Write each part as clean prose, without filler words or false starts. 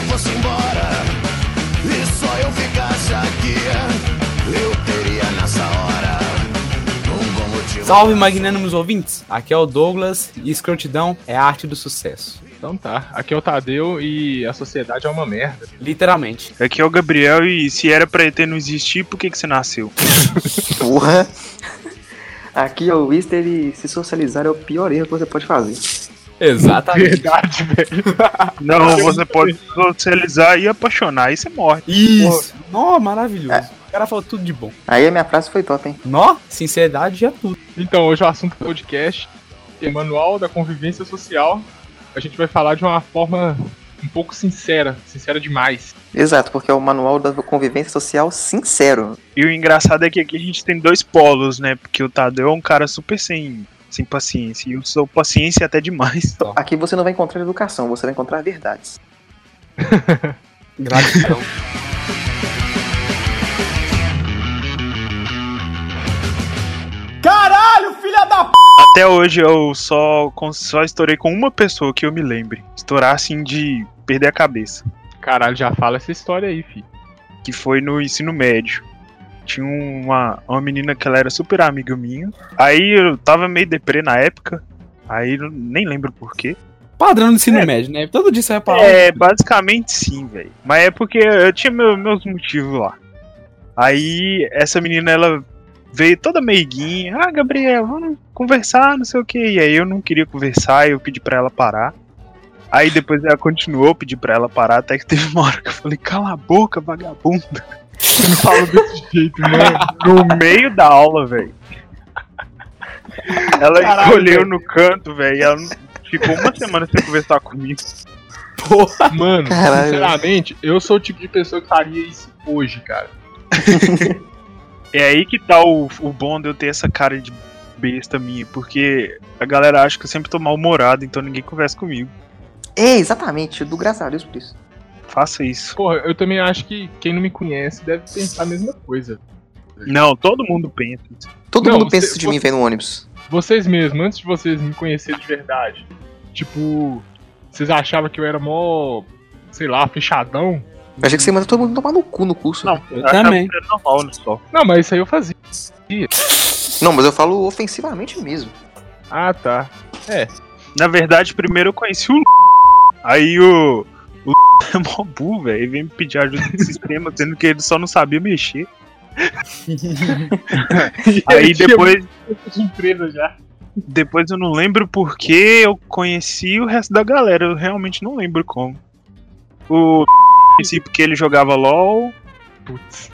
fosse embora e só eu ficasse aqui, eu teria nessa hora um bom motivo. Salve, magnânimos ouvintes! Aqui é o Douglas e escrotidão é a arte do sucesso. Então tá, aqui é o Tadeu e a sociedade é uma merda. Literalmente. Aqui é o Gabriel e se era pra ET não existir, por que você nasceu? Porra! Aqui é o Wister e se socializar é o pior erro que você pode fazer. Exatamente. Verdade, velho. Não, você pode socializar e apaixonar, aí você morre. Isso! Nó, maravilhoso. O cara falou tudo de bom. Aí a minha frase foi top, hein? Nó, sinceridade é tudo. Então, hoje o assunto do podcast é Manual da Convivência Social. A gente vai falar de uma forma um pouco sincera demais. Exato, porque é o manual da convivência social sincero. E o engraçado é que aqui a gente tem dois polos, né? Porque o Tadeu é um cara super sem paciência. E eu sou paciência até demais. Aqui você não vai encontrar educação, você vai encontrar verdades. Gratidão. Caralho, filha da p... Até hoje eu só estourei com uma pessoa que eu me lembre. Estourar assim de perder a cabeça. Caralho, já fala essa história aí, fi. Que foi no ensino médio. Tinha uma menina que ela era super amiga minha. Aí eu tava meio deprê na época. Aí eu nem lembro porquê. Padrão do ensino médio, né? Todo dia sai pra lá. É, basicamente sim, velho. Mas é porque eu tinha meus motivos lá. Aí essa menina, ela veio toda meiguinha. Ah, Gabriel, vamos conversar, não sei o que. E aí eu não queria conversar, eu pedi pra ela parar. Aí depois ela continuou, pedi pra ela parar, até que teve uma hora que eu falei, cala a boca, vagabunda. Não fala desse jeito, mano. No meio da aula, velho. Ela Caralho, escolheu véio. no canto, velho, e ela ficou uma semana sem conversar comigo. Porra. Mano, Caralho. sinceramente, eu sou o tipo de pessoa que faria isso hoje, cara. É aí que tá o bom de eu ter essa cara de besta minha, porque a galera acha que eu sempre tô mal-humorado, então ninguém conversa comigo. É, exatamente, eu dou graças a Deus por isso. Faça isso. Porra, eu também acho que quem não me conhece deve pensar a mesma coisa. Não, todo mundo pensa isso. Todo Não, mundo pensa você- isso de mim vendo o ônibus. Vocês mesmos, antes de vocês me conhecerem de verdade, tipo, vocês achavam que eu era mó, sei lá, fechadão? Eu achei que você manda todo mundo tomar no cu no curso. Não, Eu achava também. que era normal, né, só. Não, mas isso aí eu fazia. Não, mas eu falo ofensivamente mesmo. Ah, tá. Na verdade, primeiro eu conheci o aí o é mó burro, velho, ele veio me pedir ajuda no sistema, sendo que ele só não sabia mexer. Aí De empresa já. depois eu não lembro porque eu conheci o resto da galera, eu realmente não lembro como. O conheci porque ele jogava LOL. Putz.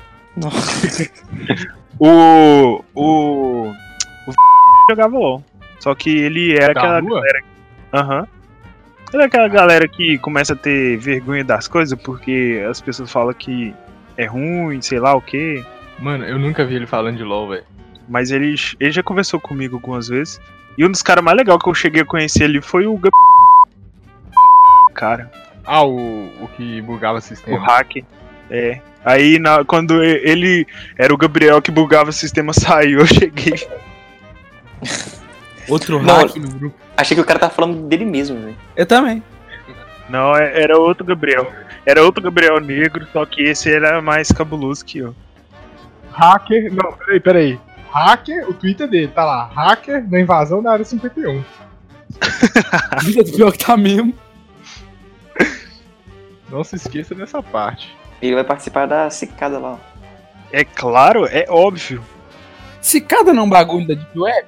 O jogava LOL. Só que ele era Da aquela rua? galera. Aham. Ele é aquela galera que começa a ter vergonha das coisas porque as pessoas falam que é ruim, sei lá o quê. Mano, eu nunca vi ele falando de LOL, velho. Mas ele já conversou comigo algumas vezes. E um dos caras mais legais que eu cheguei a conhecer ali foi o cara, Ah, o que bugava o o sistema. hacker. É. Aí quando ele era o Gabriel que bugava o sistema, saiu, eu cheguei. Outro Não. hack no grupo. Achei que o cara tava falando dele mesmo, velho. Eu também. Não, era outro Gabriel. Era outro Gabriel negro, só que esse era mais cabuloso que eu. Hacker. Não, peraí. Hacker, o Twitter dele, tá lá. Hacker da invasão da área 51. Vida do pior que tá mesmo. Não se esqueça dessa parte. Ele vai participar da cicada lá, ó. É claro, é óbvio. Se cada não bagulho da Deep Web,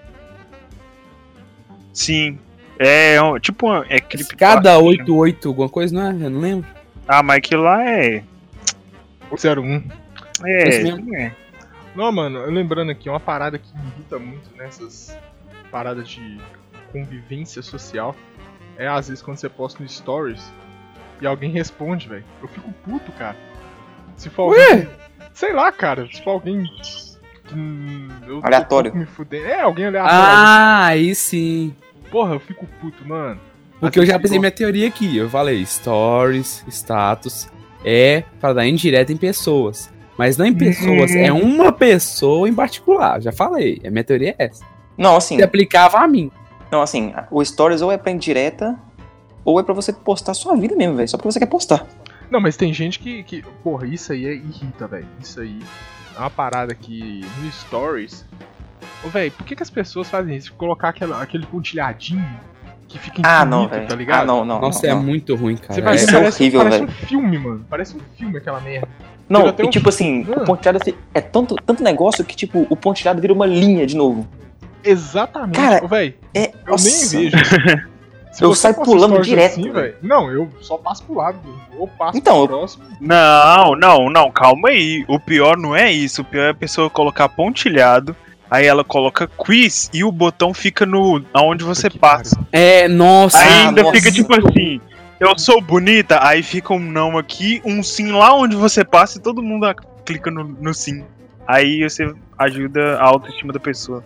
Sim. É tipo é cada 88 alguma coisa, não é? Eu não lembro. Ah, mas aquilo lá é. 01. Esse mesmo. Não é. Não, mano, eu lembrando aqui, uma parada que me irrita muito nessas paradas de convivência social é às vezes quando você posta no Stories e alguém responde, velho. Eu fico puto, cara. Se for alguém. Sei lá, cara. Se for alguém. Eu tô Aleatório. pouco me fudendo. É, alguém aleatório. Ah, aí sim. Porra, eu fico puto, mano. Porque eu já pensei igual- minha teoria aqui. Eu falei, stories, status, é pra dar indireta em pessoas. Mas não em pessoas, é uma pessoa em particular. Já falei, a minha teoria é essa. Não, assim, Se aplicava a mim. não, assim, o Stories ou é pra indireta, ou é pra você postar sua vida mesmo, velho. Só porque você quer postar. Não, mas tem gente que. Porra, isso aí irrita, velho. Isso aí é uma parada que no Stories. Ô, velho, por que as pessoas fazem isso? Colocar aquele pontilhadinho que fica infinito, não, velho. tá ligado? Nossa, é muito ruim, cara. Você vai ver, Isso é horrível, parece velho. um filme, mano. Parece um filme aquela merda. Não, Vira até e um- tipo assim, o pontilhado assim, é tanto negócio que, tipo, o pontilhado vira uma linha de novo. Exatamente. Cara, Ô, velho, É, eu nossa. nem vejo. Se Eu você saio posta pulando stories direto, assim, velho. velho. Não, eu só passo pro lado. Ou passo Então, pro próximo. Não, calma aí. O pior não é isso. O pior é a pessoa colocar pontilhado, aí ela coloca quiz e o botão fica no aonde você Que passa. Nossa. Aí Ah, ainda nossa. fica tipo assim, eu sou bonita, aí fica um não aqui, um sim lá onde você passa e todo mundo clica no sim. Aí você ajuda a autoestima da pessoa.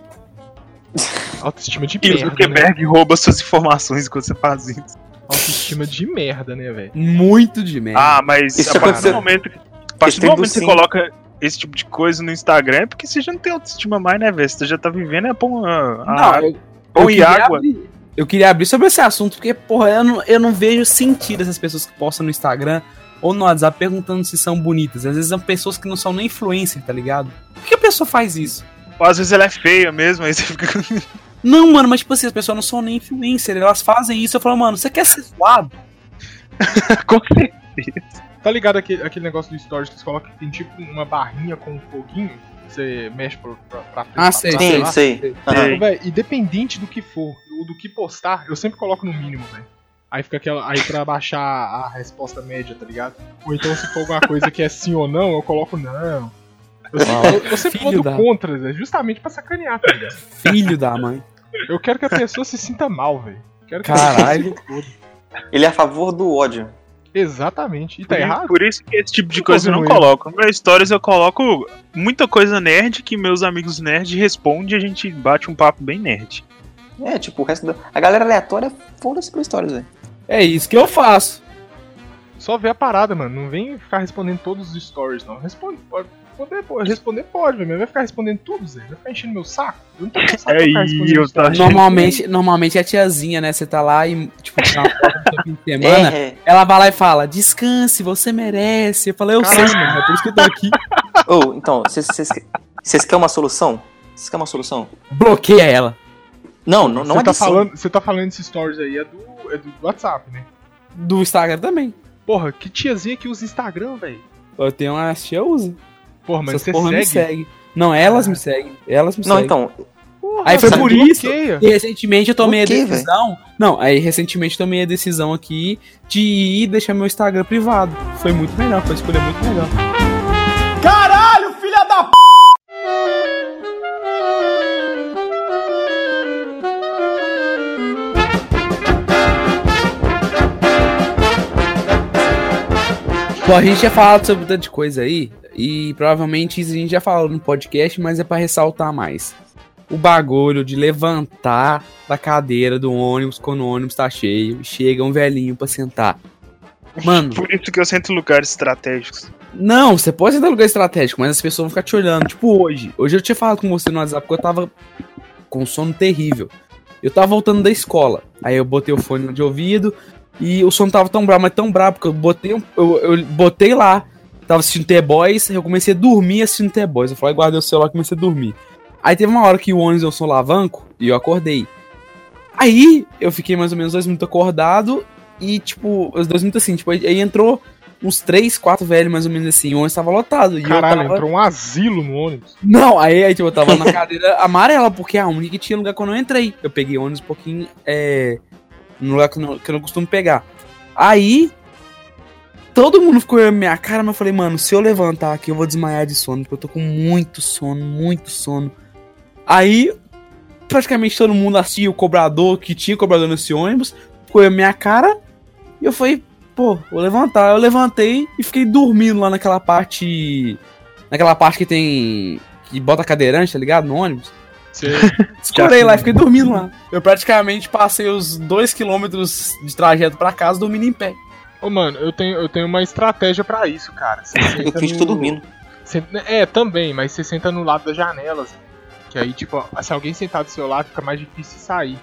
Autoestima de E o merda, né? Zuckerberg rouba suas informações quando você faz isso. Autoestima de merda, né, velho? Muito de merda. Ah, mas Isso a partir do aconteceu- momento, Esse tem do que você sim. coloca esse tipo de coisa no Instagram, é porque você já não tem autoestima mais, né, velho? Você já tá vivendo pão e queria água. Eu queria abrir sobre esse assunto, porque, porra, eu não vejo sentido essas pessoas que postam no Instagram ou no WhatsApp perguntando se são bonitas. Às vezes são pessoas que não são nem influencer, tá ligado? Por que a pessoa faz isso? Ou às vezes ela é feia mesmo, aí você fica. Não, mano, mas tipo assim, as pessoas não são nem influencer, elas fazem isso. Eu falo, mano, você quer ser zoado? Com certeza. Tá ligado aquele negócio do Stories que você coloca que tem tipo uma barrinha com um foguinho? Você mexe pra frente. Ah, sei, pra sei. trás, Sim, lá? sei. Sei. Aham. Ô, véi, independente do que for, ou do que postar, eu sempre coloco no mínimo, velho. Aí fica aquela. Aí pra baixar a resposta média, tá ligado? Ou então se for alguma coisa que é sim ou não, eu coloco não. Eu sempre Filho vou do da- contra, Zé, justamente pra sacanear, tá ligado? Filho da mãe. Eu quero que a pessoa se sinta mal, velho. Quero que Caralho. a pessoa se foda. Ele é a favor do ódio. Exatamente. E tá errado? Por isso que esse tipo de Tô coisa eu não fazendo erro. coloco. No meu stories eu coloco muita coisa nerd que meus amigos nerd respondem e a gente bate um papo bem nerd. É, tipo, o resto da. A galera aleatória, foda-se pro stories, velho. É isso que eu faço. Só ver a parada, mano. Não vem ficar respondendo todos os stories, não. Responde, responder pode, velho. Mas vai ficar respondendo tudo, Zé. Vai ficar enchendo meu saco. Eu não tô cansado pra ficar respondendo eu tô stories. achando- Normalmente é a tiazinha, né? Você tá lá e, tipo, tem uma foto do seu fim de semana. É. Ela vai lá e fala, descanse, você merece. Eu falei, eu sei, Caralho. mano, é por isso que eu tô aqui. Ou, então, vocês querem uma solução? Vocês querem uma solução? Bloqueia ela. Não, não Você é tá adição. falando, você tá falando desses stories aí, é do WhatsApp, né? Do Instagram também. Porra, que tiazinha que usa Instagram, velho? Eu tenho uma tia usa. Porra, mas Essas você porra segue? me segue. Não, elas me seguem. Elas me Não, seguem. então, Porra, Aí foi sabe, por isso bloqueia. que recentemente eu tomei Por quê, a decisão. Não, aí recentemente eu tomei a decisão aqui de ir e deixar meu Instagram privado. Foi muito melhor, foi escolha muito melhor. Caralho, filha da p. Bom, a gente já falado sobre tanta coisa aí, e provavelmente isso a gente já falou no podcast, mas é pra ressaltar mais. O bagulho de levantar da cadeira do ônibus quando o ônibus tá cheio, chega um velhinho pra sentar. Mano, Por isso que eu sento em lugares estratégicos. não, você pode sentar em lugar estratégico, mas as pessoas vão ficar te olhando. Tipo hoje. Hoje eu tinha falado com você no WhatsApp porque eu tava com sono terrível. Eu tava voltando da escola. Aí eu botei o fone de ouvido e o som tava tão bravo, mas tão bravo, porque eu botei lá, tava assistindo The Boys, eu comecei a dormir assistindo The Boys. Eu falei, guardei o celular e comecei a dormir. Aí teve uma hora que o ônibus deu solavanco e eu acordei. Aí eu fiquei mais ou menos 2 minutos acordado e, tipo, os 2 minutos assim, tipo, aí entrou uns 3, 4 velhos mais ou menos assim, o ônibus tava lotado. E Caralho, eu tava... entrou um asilo no ônibus. Não, aí tipo, eu tava na cadeira amarela, porque é a única que tinha lugar quando eu entrei. Eu peguei ônibus um pouquinho, no lugar que eu não costumo pegar. Aí, todo mundo ficou olhando minha cara, mas eu falei, mano, se eu levantar aqui eu vou desmaiar de sono, porque eu tô com muito sono, muito sono. Aí, praticamente todo mundo assistia o cobrador, que tinha cobrador nesse ônibus, ficou olhando minha cara, e eu falei, pô, vou levantar. Eu levantei e fiquei dormindo lá naquela parte que tem... que bota cadeirante, tá ligado? No ônibus. Você... Escorei lá e fiquei dormindo lá. Eu praticamente passei os 2 km de trajeto pra casa dormindo em pé. Ô, mano, eu tenho uma estratégia pra isso, cara. Você eu senta fingi que tô dormindo. Também, mas você senta no lado das janelas. Que aí, tipo, se alguém sentar do seu lado, fica mais difícil sair.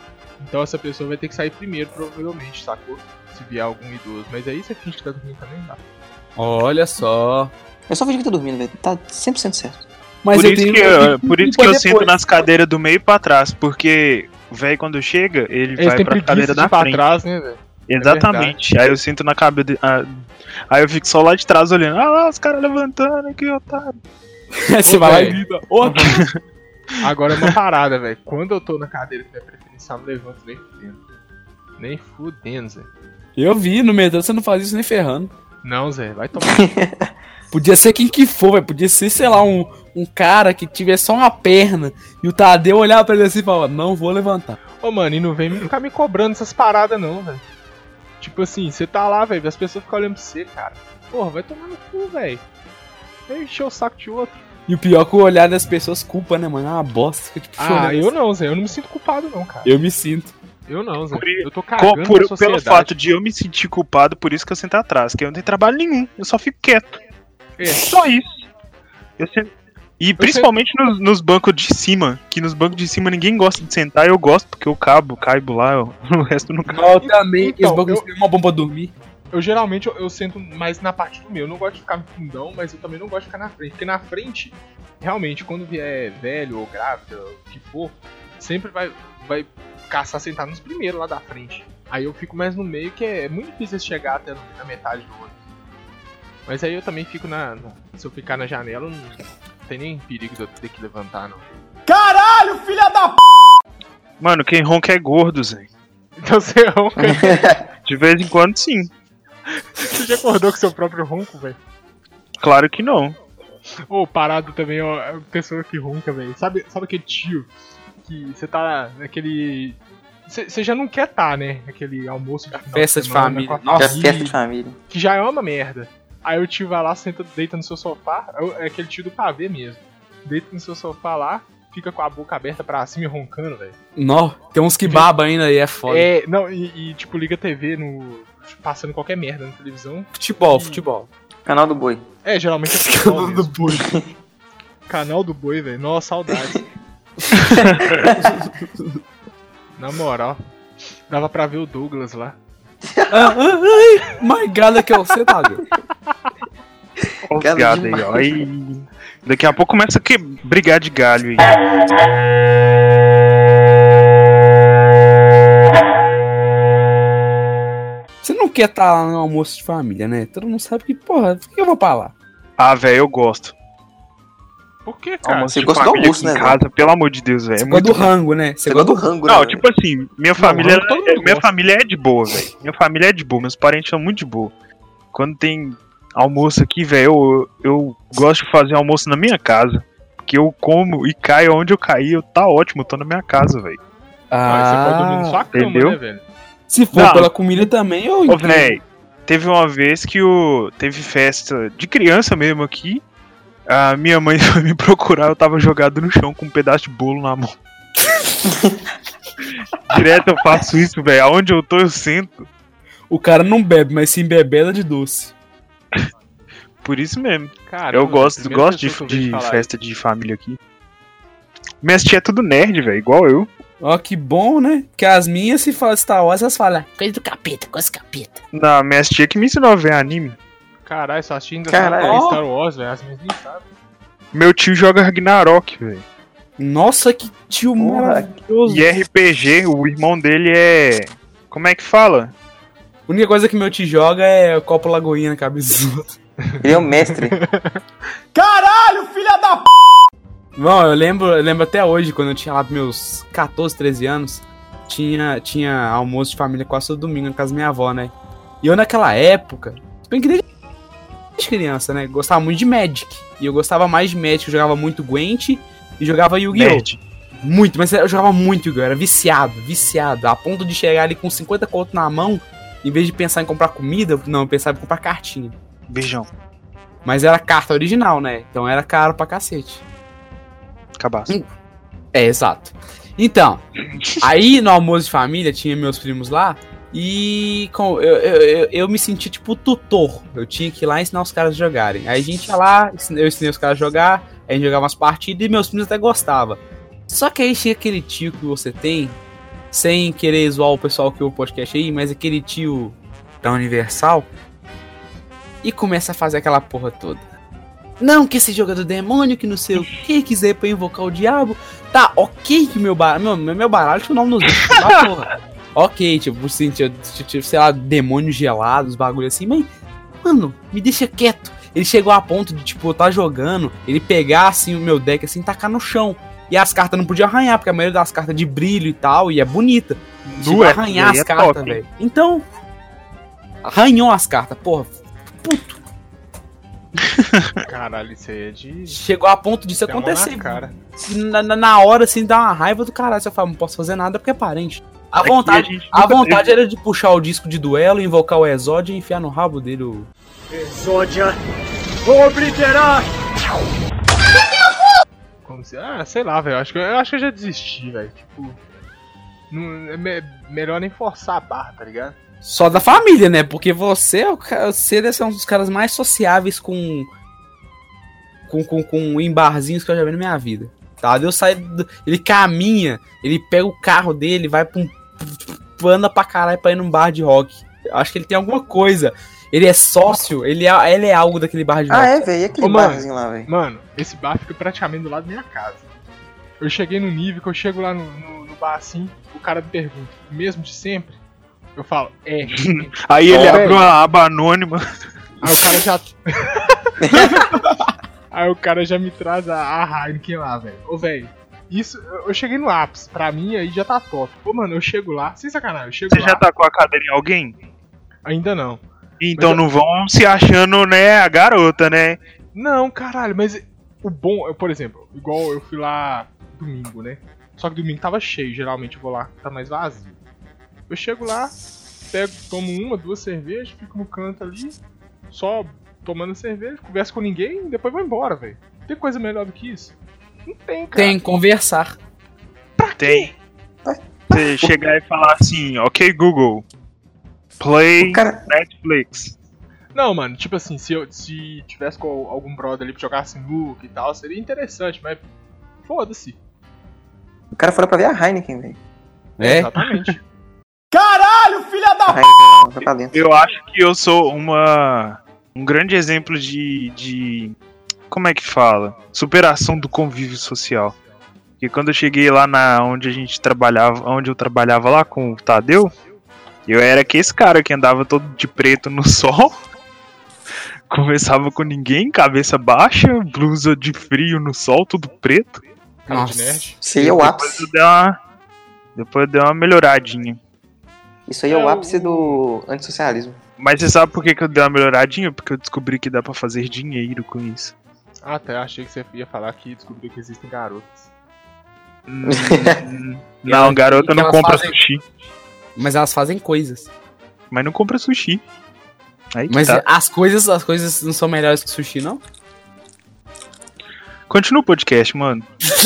Então essa pessoa vai ter que sair primeiro, provavelmente, sacou? Se vier algum idoso. Mas aí você finge que tá dormindo também, dá. Olha só. Eu só fingi que tô dormindo, velho. Tá 100% certo. Mas Por isso que eu sento depois. nas cadeiras do meio pra trás, porque o velho quando chega, ele Eles vai têm pra cadeira preguiça de da ir pra frente. trás, né, velho? Exatamente. Aí eu sinto na cabeça. Aí eu fico só lá de trás olhando. Ah lá, os caras levantando aqui, otário. Você Ô, vai lá e velho. grita. Ô, Agora é uma parada, velho. Quando eu tô na cadeira que é preferencial, não levanto nem fudendo. Nem fudendo, Zé. eu vi no metrô, você não faz isso nem ferrando. Não, Zé, vai tomar. Podia ser quem que for, velho. Podia ser, sei lá, um cara que tivesse só uma perna. E o Tadeu olhava pra ele assim e falava, não vou levantar. Ô, mano, e não vem ficar me cobrando essas paradas, não, velho. Tipo assim, você tá lá, velho, as pessoas ficam olhando pra você, cara. Porra, vai tomar no cu, velho. Vai encher o saco de outro. E o pior é que o olhar das pessoas culpa, né, mano? É uma bosta. Fica, tipo, chorando. Eu não, Zé. Eu não me sinto culpado, não, cara. Eu me sinto. Eu não, Zé. Por- Eu tô cagando pra Pelo sociedade. fato de eu me sentir culpado, por isso que eu sento atrás, que eu não tenho trabalho nenhum, eu só fico quieto. É. Só isso. Eu sento- E principalmente nos bancos de cima, que nos bancos de cima ninguém gosta de sentar, eu gosto porque eu caibo lá, o resto não cai. Eu também, Então, esse bagulho é uma bomba dormir. Eu geralmente eu sento mais na parte do meio. Eu não gosto de ficar no fundão, mas eu também não gosto de ficar na frente. Porque na frente, realmente, quando vier velho ou grávida, o que for, sempre vai caçar sentar nos primeiros lá da frente. Aí eu fico mais no meio, que é muito difícil chegar até na metade do ônibus. Mas aí eu também fico se eu ficar na janela, não tem nem perigo de eu ter que levantar, não. Mano, quem ronca é gordo, Zé. Então você ronca. De vez em quando, sim. Você já acordou com seu próprio ronco, velho? Claro que não. Ô, parado também, ó, a pessoa que ronca, velho. Sabe aquele tio que você tá naquele... Você já não quer tá, né? Aquele almoço de final Festa de semana, família. com a Nossa. É festa de família. que já é uma merda. Aí o tio vai lá, senta, deita no seu sofá, é aquele tio do pavê mesmo. Deita no seu sofá lá, fica com a boca aberta pra cima e roncando, velho. Nó, tem uns que baba ainda e é foda. É, não, tipo, liga a TV passando qualquer merda na televisão. Futebol. Canal do Boi. É, geralmente é futebol mesmo. Canal do Boi, velho. Nossa, saudade. Na moral, dava pra ver o Douglas lá. My God, que é você, Tadeu. Olha os Galo gado aí, demais. ó. Aí, daqui a pouco começa a brigar de galho aí. Você não quer estar lá no almoço de família, né? Todo mundo sabe que, porra, por que eu vou pra lá? Ah, velho, eu gosto. Por que, cara? Almoço você de gosta do família almoço, aqui em né, casa, pelo amor de Deus, velho. Você É gosta muito do rango, né? Você gosta do rango, né? Não, velho? tipo assim, minha família, rango todo mundo minha gosta. família é de boa, velho. Minha família é de boa, meus parentes são muito de boa. Quando tem almoço aqui, velho, eu gosto de fazer almoço na minha casa. Porque eu como e caio onde eu caí, eu tá ótimo, eu tô na minha casa, velho. Mas você pode dormir na sua cama, entendeu? né, velho? Se for Não. pela comida também, eu Ô, entendo. velho, teve uma vez que teve festa de criança mesmo aqui. A minha mãe foi me procurar, eu tava jogado no chão com um pedaço de bolo na mão. Direto eu faço isso, velho. Aonde eu tô, eu sento. O cara não bebe, mas sim bebeda de doce. Por isso mesmo. Caramba, Eu gosto primeira de pessoa que eu vejo falar festa de família aqui. Minhas tia é tudo nerd, velho, igual eu. Ó, que bom, né? Porque as minhas, se falam Star Wars, elas falam coisa do capeta, coisa do capeta. Não, minhas tia que me ensinou a ver anime. isso. Caralho, só assistindo Caralho. Star Wars, velho. As minhas nem sabem. Meu tio joga Ragnarok, velho. Nossa, que tio Porra. maravilhoso. E RPG, o irmão dele é... Como é que fala? A única coisa que meu tio joga é copo lagoinha na cabeça dos outros. Ele é o mestre. Bom, eu lembro até hoje, quando eu tinha lá meus 14, 13 anos, tinha almoço de família quase todo domingo na casa da minha avó, né? E eu naquela época, bem que desde criança, né? Gostava muito de Magic. E eu gostava mais de Magic, eu jogava muito Gwent e jogava Yu-Gi-Oh! Nerd. Muito, mas eu jogava muito Yu-Gi-Oh! Era viciado, a ponto de chegar ali com 50 conto na mão, em vez de pensar em comprar comida, não, eu pensava em comprar cartinha. Beijão. Mas era carta original, né? Então era caro pra cacete. Cabaço. É, exato. Então, aí no almoço de família tinha meus primos lá e eu me senti tipo tutor. Eu tinha que ir lá ensinar os caras a jogarem. Aí a gente ia lá, eu ensinei os caras a jogar, a gente jogava umas partidas e meus primos até gostavam. Só que aí chega aquele tio que você tem sem querer zoar o pessoal que ouve o podcast aí, mas aquele tio da Universal, e começa a fazer aquela porra toda. Não, que esse jogo é do demônio, que não sei o que, quiser pra invocar o diabo. Tá, ok que meu baralho tinha o nome nos bichos da porra. Ok, tipo, assim, sei lá, demônios gelados, bagulho assim, mas, mano, me deixa quieto. Ele chegou a ponto de, tipo, eu tá jogando, ele pegar, assim, o meu deck, assim, tacar no chão. E as cartas não podiam arranhar, porque a maioria das cartas é de brilho e tal, e é bonita. Chegou a arranhar as cartas, velho. Então, arranhou as cartas, porra. Puto. Caralho, isso aí é de... Chegou a ponto disso Tem a mão acontecer. na cara. Na hora, assim, dá uma raiva do caralho. Você fala, não posso fazer nada porque é parente. A Aqui vontade, a gente a nunca vontade era de puxar o disco de duelo, invocar o Exódia e enfiar no rabo dele o... Exódia, vou obliterar! Como se... Ah, sei lá, velho. Eu acho que eu já desisti, velho. Tipo... Não, melhor nem forçar a barra, tá ligado? Só da família, né? Porque você deve ser um dos caras mais sociáveis com em barzinhos que eu já vi na minha vida. Tá? Ele caminha, ele pega o carro dele, vai pra anda pra caralho pra ir num bar de rock. Eu acho que ele tem alguma coisa. Ele é sócio, ele é algo daquele bar de rock. Ah, é, velho? E aquele barzinho lá, velho? Mano, esse bar fica praticamente do lado da minha casa. Eu cheguei no nível que eu chego lá no bar assim, o cara me pergunta, mesmo de sempre? Eu falo, é. Aí ele Ó, abre velho. uma aba anônima. Aí o cara já. Aí o cara já me traz a Heineken lá, velho. Ô, velho, isso, eu cheguei no ápice. Pra mim aí já tá top. Ô, mano, eu chego lá, sem sacanagem, eu chego Você lá. já tá com a cadeira em alguém? Ainda não. Então Mas não vão se achando, né, a garota, né? Não, caralho, mas o bom, por exemplo, igual eu fui lá domingo, né? Só que domingo tava cheio, geralmente eu vou lá, tá mais vazio. Eu chego lá, tomo uma, duas cervejas, fico no canto ali, só tomando cerveja, converso com ninguém e depois vou embora, velho. Tem coisa melhor do que isso? Não tem, cara. Tem, conversar. Tem. Você chegar e falar assim, ok Google, play O cara- Netflix. Não, mano, tipo assim, se tivesse com algum brother ali pra jogar sinuca e tal, seria interessante, mas foda-se. O cara foi lá pra ver a Heineken, velho. É? Exatamente. Caralho, filha da... A Heineken vai pra dentro. Eu acho que eu sou um grande exemplo de como é que fala? Superação do convívio social. Porque quando eu cheguei lá onde eu trabalhava lá com o Tadeu, eu era que esse cara que andava todo de preto no sol, conversava com ninguém, cabeça baixa, blusa de frio no sol, tudo preto. Cara de Nossa. nerd. Isso aí é o ápice. Depois deu uma melhoradinha. Isso aí é o ápice do antissocialismo. Mas você sabe por que eu dei uma melhoradinha? Porque eu descobri que dá pra fazer dinheiro com isso. Ah, até achei que você ia falar que descobriu que existem garotas. Não, garota não elas compra fazem- sushi. Mas elas fazem coisas. Mas não compra sushi. Aí que Mas tá. as coisas não são melhores que sushi, não? Continua o podcast, mano.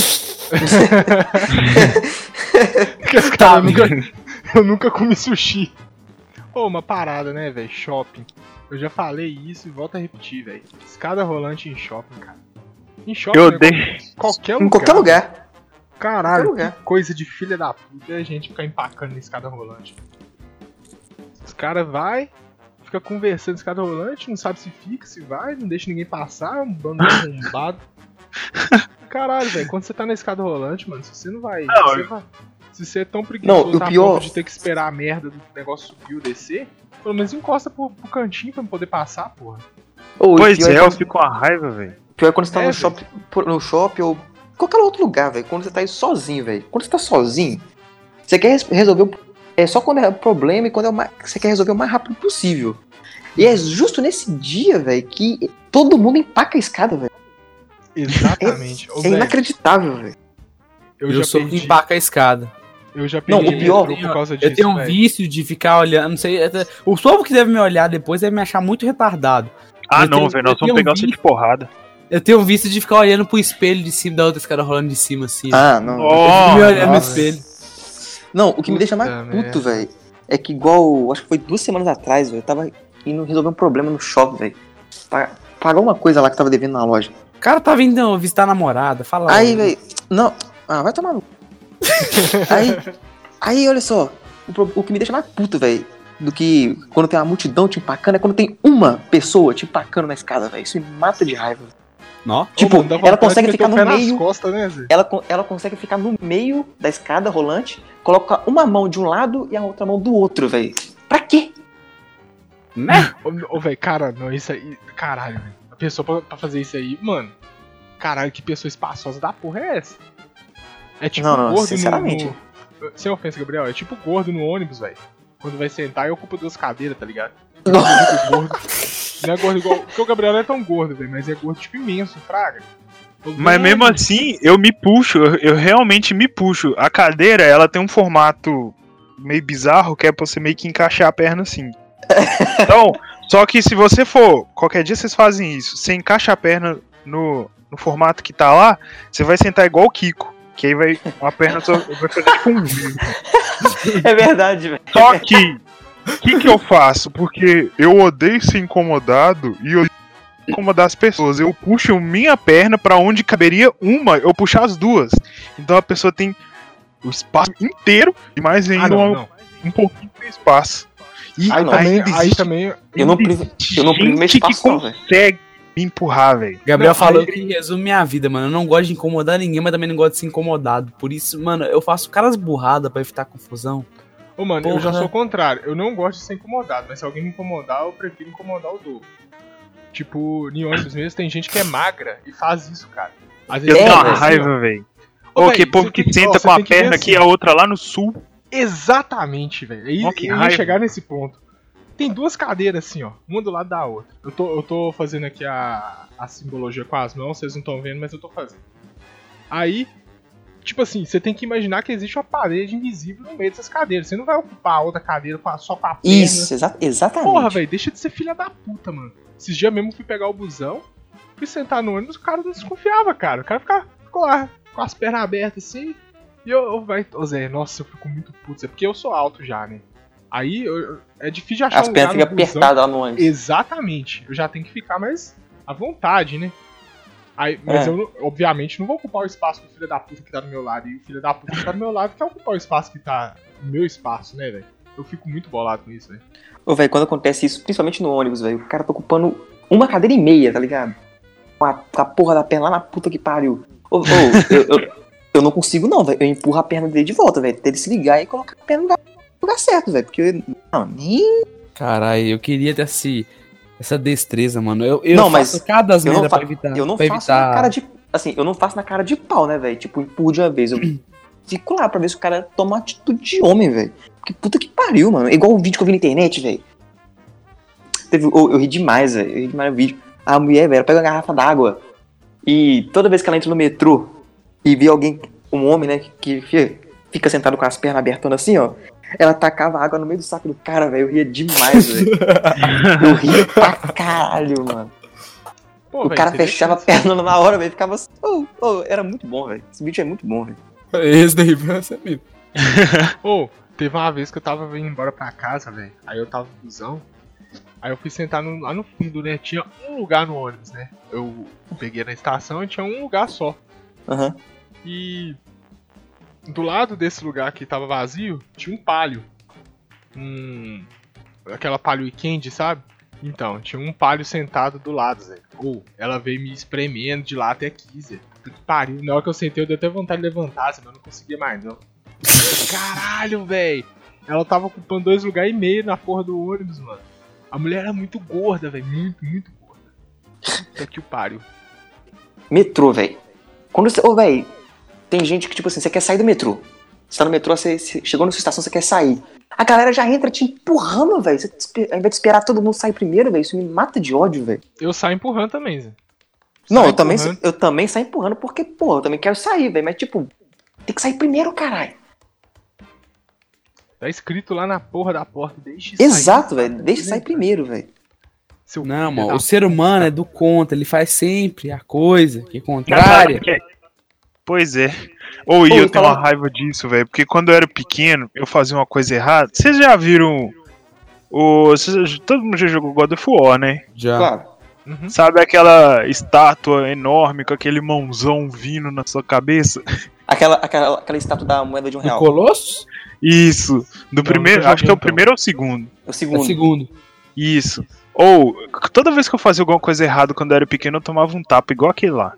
Cara, eu nunca comi sushi. Pô, uma parada, né, velho? Shopping. Eu já falei isso e volto a repetir, velho. Escada rolante em shopping, cara. Em shopping, Eu né, odeio. qualquer lugar. Em qualquer lugar. Caralho, Qualquer lugar. que coisa de filha da puta é a gente ficar empacando na escada rolante. Os caras vai, fica conversando na escada rolante, não sabe se fica, se vai, não deixa ninguém passar, é um bando de arrombado. Caralho, velho, quando você tá na escada rolante, mano, se você não vai. Não, Se você é tão preguiçoso Não, o a pior- ponto de ter que esperar a merda do negócio subir ou descer, pelo menos encosta pro cantinho pra poder passar, porra. Ou o Pois pior é, é eu quando- fico com a raiva, velho. pior é quando você tá É, no shopping ou qualquer outro lugar, velho. Quando você tá aí sozinho, velho. Quando você tá sozinho, você quer resolver só quando é problema e quando você quer resolver o mais rápido possível. E é justo nesse dia, velho, que todo mundo empaca a escada, velho. Exatamente. Ô, É velho, inacreditável, velho. Eu sou que empaca a escada. Eu já Não, perdi o pior- metrô por causa disso, Eu tenho um velho. vício de ficar olhando, não sei, o povo que deve me olhar depois deve me achar muito retardado. Ah, Eu não, tenho- velho, eu nós tenho vamos pegar um você de vício- porrada. Eu tenho um vício de ficar olhando pro espelho de cima da outra escada rolando de cima, assim. Ah, não. Oh, me olhando no nossa. espelho. Não, o que me deixa mais Puta puto, merda. velho, é que igual, acho que foi 2 semanas atrás, velho, eu tava indo resolver um problema no shopping, velho. Pagar uma coisa lá que tava devendo na loja. O cara tá vindo visitar a namorada, fala. Aí, logo. velho, não, vai tomar no... Aí, olha só, o que me deixa mais puto, velho, do que quando tem uma multidão te empacando, é quando tem uma pessoa te empacando na escada, velho. Isso me mata de raiva. Nó. Tipo, mano, dá ela vontade consegue de ficar meter o no pé nas meio. costas, né, Zé? Ela consegue ficar no meio da escada rolante, coloca uma mão de um lado e a outra mão do outro, velho. Pra quê? Né? Ô, velho, cara, não, isso aí. Caralho, velho. A pessoa pra fazer isso aí, mano. Caralho, que pessoa espaçosa da porra é essa? É tipo Não, gordo sinceramente. Sem ofensa, Gabriel, é tipo gordo no ônibus, velho. Quando vai sentar e ocupa 2 cadeiras, tá ligado? Nossa. Gordo. Não é gordo igual. Porque o Gabriel não é tão gordo, velho, mas é gordo tipo imenso, fraga. Mas mesmo assim, eu me puxo, eu realmente me puxo. A cadeira, ela tem um formato meio bizarro, que é pra você meio que encaixar a perna assim. Então, só que se você for, qualquer dia vocês fazem isso, você encaixa a perna no formato que tá lá, você vai sentar igual o Kiko. Que aí vai, uma perna só vai fazer tipo um V. É verdade, velho. Só que, o que eu faço? Porque eu odeio ser incomodado e eu odeio incomodar as pessoas. Eu puxo minha perna pra onde caberia uma, eu puxo as duas. Então a pessoa tem o espaço inteiro e mais ainda um pouquinho de espaço. E Aí também. Eu não privo meu espaço, não, velho. Consegue me empurrar, velho. Gabriel Não, falou aí- que resume minha vida, mano. Eu não gosto de incomodar ninguém, mas também não gosto de ser incomodado. Por isso, mano, eu faço caras burradas pra evitar confusão. Ô, mano, eu já Porra. sou o contrário. Eu não gosto de ser incomodado, mas se alguém me incomodar, eu prefiro incomodar o dobro. Tipo, em ônibus mesmo, tem gente que é magra e faz isso, cara. Às Eu vezes tenho uma velho, raiva, velho. Ô, Ô, velho, que povo você que tem senta você com a tem que ver perna aqui e assim. a outra lá no sul. Exatamente, velho. Ó, que Eu ia raiva. chegar nesse ponto. Tem 2 cadeiras assim, ó, uma do lado da outra. Eu tô fazendo aqui a simbologia com as mãos, vocês não estão vendo, mas eu tô fazendo. Aí, tipo assim, você tem que imaginar que existe uma parede invisível no meio dessas cadeiras. Você não vai ocupar a outra cadeira só com a perna. Isso, exatamente. Porra, velho, deixa de ser filha da puta, mano. Esses dias mesmo eu fui pegar o busão, fui sentar no ônibus, o cara não desconfiava, cara. O cara ficou lá, com as pernas abertas assim. E ô Zé, nossa, eu fico muito puto, Zé, porque eu sou alto já, né? Aí é difícil de achar As pernas ficam apertadas lá no ônibus. Exatamente. Eu já tenho que ficar mais à vontade, né? Aí, mas eu, obviamente, não vou ocupar o espaço do filho da puta que tá do meu lado. E o filho da puta que tá do meu lado quer ocupar o espaço que tá no meu espaço, né, velho? Eu fico muito bolado com isso, velho. Ô, velho, quando acontece isso, principalmente no ônibus, velho, o cara tá ocupando uma cadeira e meia, tá ligado? Com a porra da perna lá na puta que pariu. Eu não consigo não, velho. Eu empurro a perna dele de volta, velho. Até ele se ligar e colocar a perna no lugar certo, velho. Porque, não, nem... Caralho, eu queria ter essa destreza, mano. Eu Não, faço mas cada eu não merda pra fa- evitar. Eu não pra faço evitar... na cara de... Assim, eu não faço na cara de pau, né, velho? Tipo, empurro de uma vez. Eu fico lá pra ver se o cara toma uma atitude de homem, velho. Que puta que pariu, mano. Igual o vídeo que eu vi na internet, velho. Eu ri demais, velho. Eu ri demais no vídeo. A mulher, velho, pega uma garrafa d'água. E toda vez que ela entra no metrô e vê alguém, um homem, né, que fica sentado com as pernas abertas assim, ó. Ela tacava água no meio do saco do cara, velho. Eu ria demais, velho. Eu ria pra caralho, mano. Pô, O velho, cara você vê fechava a que- perna na hora, velho. Ficava assim. Era muito bom, velho. Esse vídeo é muito bom, velho. Esse daí vai ser mesmo. Ô, teve uma vez que eu tava vindo embora pra casa, velho. Aí eu tava no busão. Aí eu fui sentar lá no fundo, né? Tinha um lugar no ônibus, né? Eu peguei na estação e tinha um lugar só. Aham. E do lado desse lugar que tava vazio, tinha um palio. Aquela palio weekend, sabe? Então, tinha um palio sentado do lado, Zé. Ou ela veio me espremendo de lá até aqui, Zé. Puta que pariu. Na hora que eu sentei, eu dei até vontade de levantar, Zé, mas eu não conseguia mais, não. Caralho, velho. Ela tava ocupando 2,5 lugares na porra do ônibus, mano. A mulher era muito gorda, velho. Muito, muito gorda. Puta que pariu. Metrô, velho. Quando você. Ô, velho. Tem gente que, tipo assim, você quer sair do metrô. Você tá no metrô, você chegou na sua estação, você quer sair. A galera já entra te empurrando, velho. Ao invés de esperar todo mundo sair primeiro, velho. Isso me mata de ódio, velho. Eu saio empurrando também, Zé. Não, Saio eu também saio empurrando porque, pô, eu também quero sair, velho. Mas, tipo, tem que sair primeiro, caralho. Tá escrito lá na porra da porta, deixe Exato, velho. Deixa sair primeiro, velho. Seu Não, filho mano, da o ser humano é do contra, ele faz sempre a coisa que é Sabe contrária. que é? Pois é. Ou eu e tenho uma fala- raiva disso, velho. Porque quando eu era pequeno, eu fazia uma coisa errada. Vocês já viram. Todo mundo já jogou God of War, né? Já. Claro. Uhum. Sabe aquela estátua enorme com aquele mãozão vindo na sua cabeça? Aquela estátua da moeda de O R$1. Colossus? Isso. Do Não, primeiro, nunca acho que é o joguei, então. primeiro ou o segundo. O É segundo. o segundo. Isso. Ou, toda vez que eu fazia alguma coisa errada quando eu era pequeno, eu tomava um tapa igual aquele lá.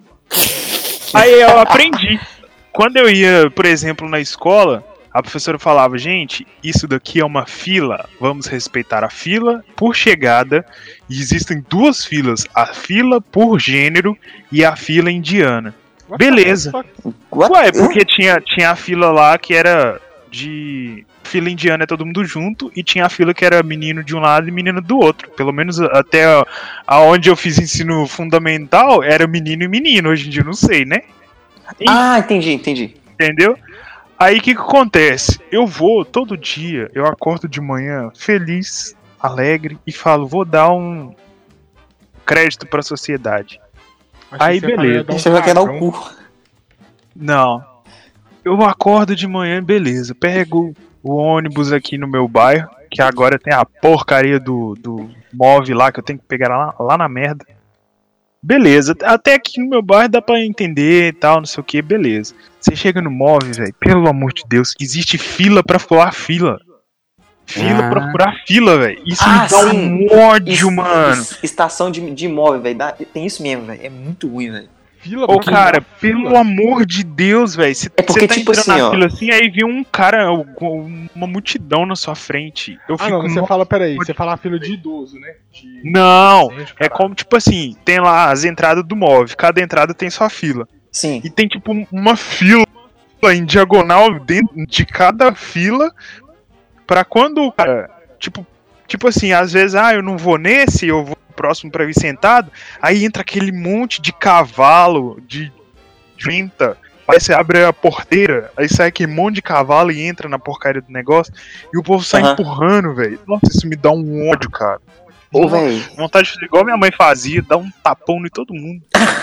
Aí eu aprendi. Quando eu ia, por exemplo, na escola, a professora falava, gente, isso daqui é uma fila, vamos respeitar a fila por chegada, e existem duas filas, a fila por gênero e a fila indiana. What the Beleza. fuck? What? Ué, porque tinha a fila lá que era de... Fila indiana é todo mundo junto, e tinha a fila que era menino de um lado e menino do outro. Pelo menos até aonde eu fiz ensino fundamental, era menino e menino. Hoje em dia eu não sei, né? Ah, entendi. Entendeu? Aí o que acontece? Eu vou todo dia, eu acordo de manhã feliz, alegre e falo, vou dar um crédito pra sociedade. Achei Aí, que você beleza. ia dar um Você já quer dar o cagão. cu. Não. Eu acordo de manhã, beleza. Pego o ônibus aqui no meu bairro, que agora tem a porcaria do MOV lá, que eu tenho que pegar lá na merda. Beleza, até aqui no meu bairro dá pra entender e tal, não sei o que, beleza. Você chega no MOV, velho, pelo amor de Deus, existe fila pra furar fila. Fila pra furar fila, velho. Isso Ah, me dá sim. um ódio, mano. Estação de imóvel, velho. Tem isso mesmo, velho. É muito ruim, velho. Fila Ô, pra cara, furar pelo fila. amor de Deus, velho. Você É porque, tá tipo entrando assim, na ó. fila assim, aí vem um cara, uma multidão na sua frente. Eu Ah, fico. não, você fala, peraí, você fala a fila de idoso, né? Não, Gente, é caralho. como, tipo assim, tem lá as entradas do MOV, cada entrada tem sua fila. Sim. E tem, tipo, uma fila em diagonal dentro de cada fila, pra quando o cara, tipo assim, às vezes, eu não vou nesse, eu vou próximo pra ir sentado, aí entra aquele monte de cavalo, de 30, aí você abre a porteira, aí sai aquele monte de cavalo e entra na porcaria do negócio, e o povo sai Aham. empurrando, velho. Nossa, isso me dá um ódio, cara. Ô, velho. Vontade de fazer igual minha mãe fazia, dar um tapão em todo mundo.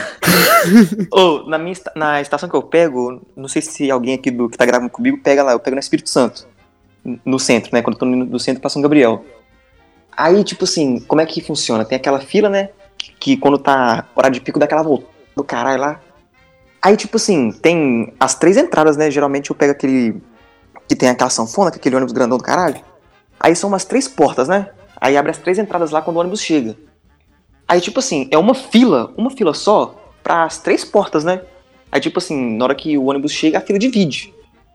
Ô, na estação que eu pego, não sei se alguém aqui que tá gravando comigo pega lá. Eu pego no Espírito Santo. No centro, né? Quando eu tô no centro pra São Gabriel. Aí, tipo assim, como é que funciona? Tem aquela fila, né? Que quando tá horário de pico dá aquela volta do caralho lá. Aí, tipo assim, tem as 3 entradas, né? Geralmente eu pego aquele que tem aquela sanfona, que é aquele ônibus grandão do caralho. Aí são umas 3 portas, né? Aí abre as 3 entradas lá quando o ônibus chega. Aí, tipo assim, é uma fila só para as 3 portas, né? Aí, tipo assim, na hora que o ônibus chega, a fila divide.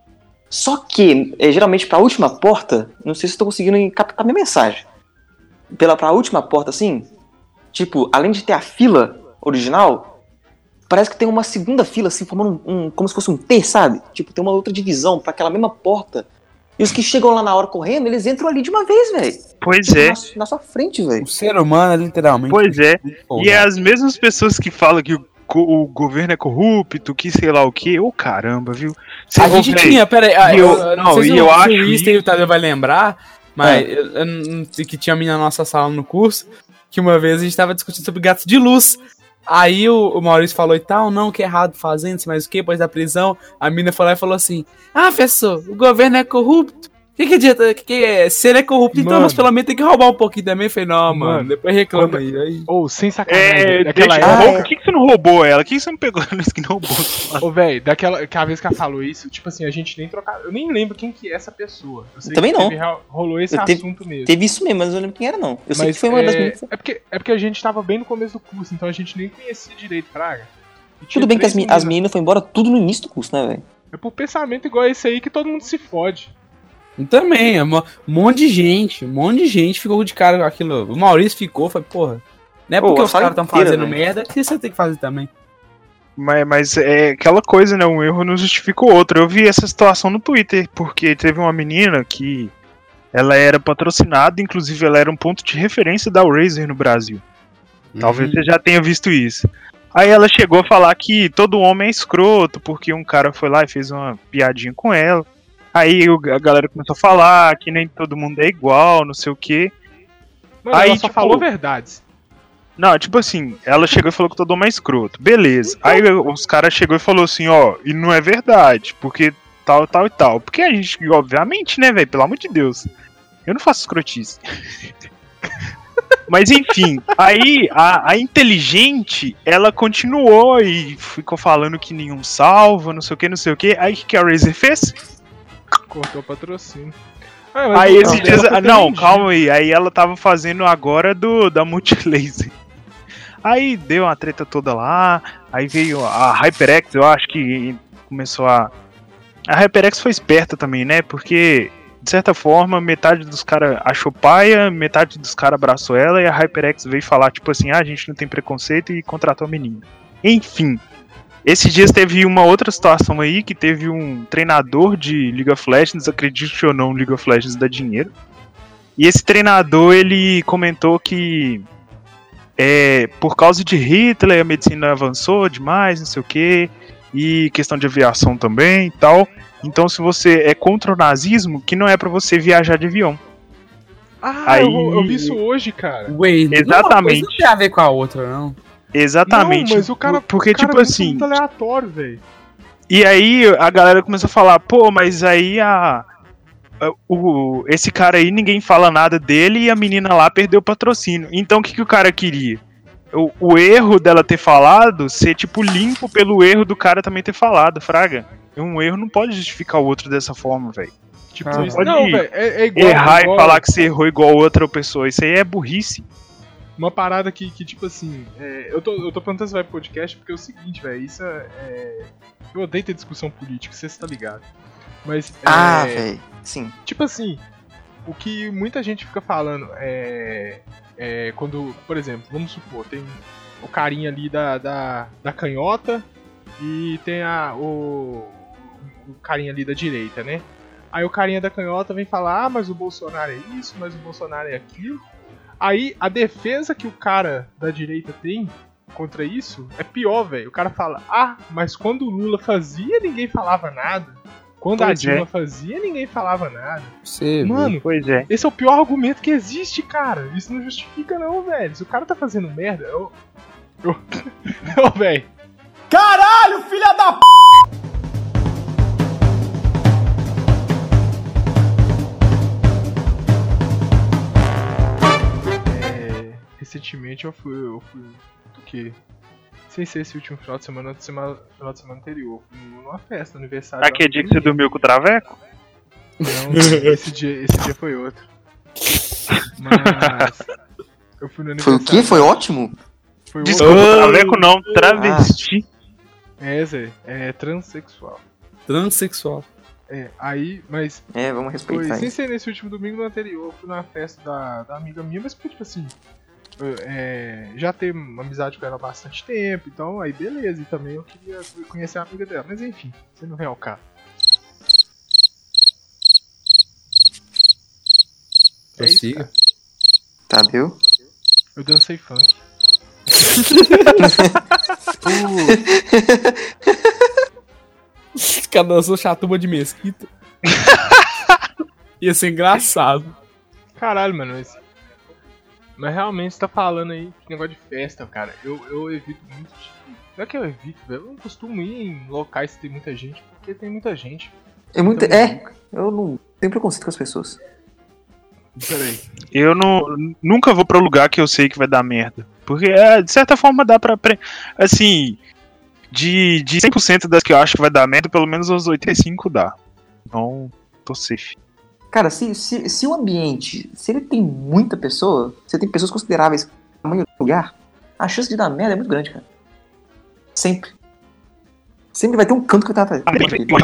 Só que, geralmente, pra última porta, não sei se eu tô conseguindo captar minha mensagem. Pra última porta, assim, tipo, além de ter a fila original, parece que tem uma segunda fila, assim, formando como se fosse um T, sabe? Tipo, tem uma outra divisão pra aquela mesma porta. E os que chegam lá na hora correndo, eles entram ali de uma vez, velho. Pois Tipo, é, na sua frente, velho. O ser humano é literalmente. pois é. Porra. E é as mesmas pessoas que falam que o governo é corrupto, que sei lá o que. Ô, caramba, viu? A gente tinha, peraí, não sei se eu se acho o Luiz e o Tadeu vai lembrar, mas É. eu não sei que tinha a mina na nossa sala no curso, que uma vez a gente tava discutindo sobre gatos de luz. Aí o Maurício falou e tal, não, que é errado fazendo, mas o que, depois da prisão, a mina foi lá e falou assim, professor, o governo é corrupto. O que adianta? Se ele é corrupto, então Mano. nós pelo menos tem que roubar um pouquinho também. Eu falei, não, mano, Mano, depois reclama quando- aí. Ou, sem sacanagem, É, daquela deixa, época. por que você não roubou ela? Por que você não pegou ela no skin roubou? Ô, velho, daquela vez que ela falou isso, tipo assim, a gente nem trocava. Eu nem lembro quem que é essa pessoa. Eu sei Também que não. rolou esse Eu teve- assunto mesmo. Teve isso mesmo, mas eu não lembro quem era, não. Eu sei Mas que foi uma das meninas. é porque a gente tava bem no começo do curso, então a gente nem conhecia direito Praga. E tinha Tudo bem que as 3 meninas foram embora tudo no início do curso, né, velho? É por pensamento igual esse aí que todo mundo se fode. Também, um monte de gente ficou de cara com aquilo. O Maurício ficou, foi, porra. Não é Pô, porque a os sala caras estão inteira, fazendo velho. merda que você tem que fazer também. Mas é aquela coisa, né? Um erro não justifica o outro. Eu vi essa situação no Twitter, porque teve uma menina que ela era patrocinada, inclusive ela era um ponto de referência da Razer no Brasil. Talvez você já tenha visto isso. Aí ela chegou a falar que todo homem é escroto, porque um cara foi lá e fez uma piadinha com ela. Aí a galera começou a falar que nem todo mundo é igual, não sei o quê. Mano, Aí, ela só tipo, falou verdades. Não, tipo assim, ela chegou e falou que todo homem é escroto. Beleza. Aí os caras chegou e falou assim, ó, e não é verdade, porque tal, tal e tal. Porque a gente, obviamente, né, velho, pelo amor de Deus. Eu não faço escrotice. Mas enfim, aí a inteligente, ela continuou e ficou falando que nenhum salva, não sei o que, não sei o que. Aí o que a Razer fez? Cortou o patrocínio. Mas Aí o esses dela dias. foi ter Não, vendido. calma aí. Aí ela tava fazendo agora da Multilaser. Aí deu uma treta toda lá. Aí veio a HyperX, eu acho que começou a. A HyperX foi esperta também, né? Porque, de certa forma, metade dos caras achou paia, metade dos caras abraçou ela e a HyperX veio falar, tipo assim, a gente não tem preconceito e contratou a menina. Enfim. Esses dias teve uma outra situação aí, que teve um treinador de League of Legends, acredite ou não, League of Legends dá dinheiro. E esse treinador, ele comentou que por causa de Hitler, a medicina avançou demais, não sei o que, e questão de aviação também e tal. Então se você é contra o nazismo, que não é pra você viajar de avião. Aí- Eu vi isso hoje, cara. Wait, Exatamente. uma coisa não tem a ver com a outra, não. Exatamente. Não, mas o cara, porque, o cara tipo é assim. muito aleatório, velho. E aí a galera começou a falar, pô, mas aí esse cara aí ninguém fala nada dele e a menina lá perdeu o patrocínio. Então o que o cara queria? O erro dela ter falado ser tipo limpo pelo erro do cara também ter falado, fraga. Um erro não pode justificar o outro dessa forma, velho. Tipo, Ah, você Isso- pode não, velho, é igual. errar igual e falar que você errou igual outra pessoa. Isso aí é burrice. Uma parada que tipo assim. Eu tô perguntando se vai pro podcast porque é o seguinte, velho. Isso eu odeio ter discussão política, você tá ligado. Mas. velho. Sim. Tipo assim, o que muita gente fica falando quando, por exemplo, vamos supor, tem o carinha ali da canhota e tem o carinha ali da direita, né? Aí o carinha da canhota vem falar, mas o Bolsonaro é isso, mas o Bolsonaro é aquilo. Aí a defesa que o cara da direita tem contra isso é pior, velho. O cara fala, mas quando o Lula fazia, ninguém falava nada. Quando a Pois Dilma é. fazia, ninguém falava nada. Você, Mano, Pois é. esse é o pior argumento que existe, cara. Isso não justifica não, velho. Se o cara tá fazendo merda, velho. Caralho, filha da p. Recentemente eu fui do que? Sem ser esse último final de semana, final de semana anterior. Fui numa festa, aniversário. Aquele dia que você dormiu com o Traveco? Não, esse dia foi outro. Mas. Eu fui no Foi o aniversário. quê? Foi ótimo? Foi Desculpa, outro. Traveco não, travesti. Zé, é transexual. Transsexual. Aí, mas Vamos foi respeitar sem isso. ser nesse último domingo, no anterior, eu fui numa festa da amiga minha, mas foi tipo assim. Já tenho uma amizade com ela há bastante tempo, então aí beleza, e também eu queria conhecer a amiga dela, mas enfim, você não vem ao caso. É isso, Prossiga. cara. Tá, viu? Eu dancei funk. Cada dançou chatuba de mesquita. Ia ser engraçado. Caralho, mano, mas realmente você tá falando aí de negócio de festa, cara. Eu evito muito. Não é que eu evito, velho. Eu não costumo ir em locais que tem muita gente, porque tem muita gente. Eu Então, não tenho preconceito com as pessoas. Peraí. Eu nunca vou pra lugar que eu sei que vai dar merda. Porque, de certa forma, dá pra... Assim, de 100% das que eu acho que vai dar merda, pelo menos uns 85 dá. Então, tô safe. Cara, se o ambiente, se ele tem muita pessoa, se tem pessoas consideráveis no tamanho do lugar, a chance de dar merda é muito grande, cara. Sempre. Sempre vai ter um canto que tá atrás.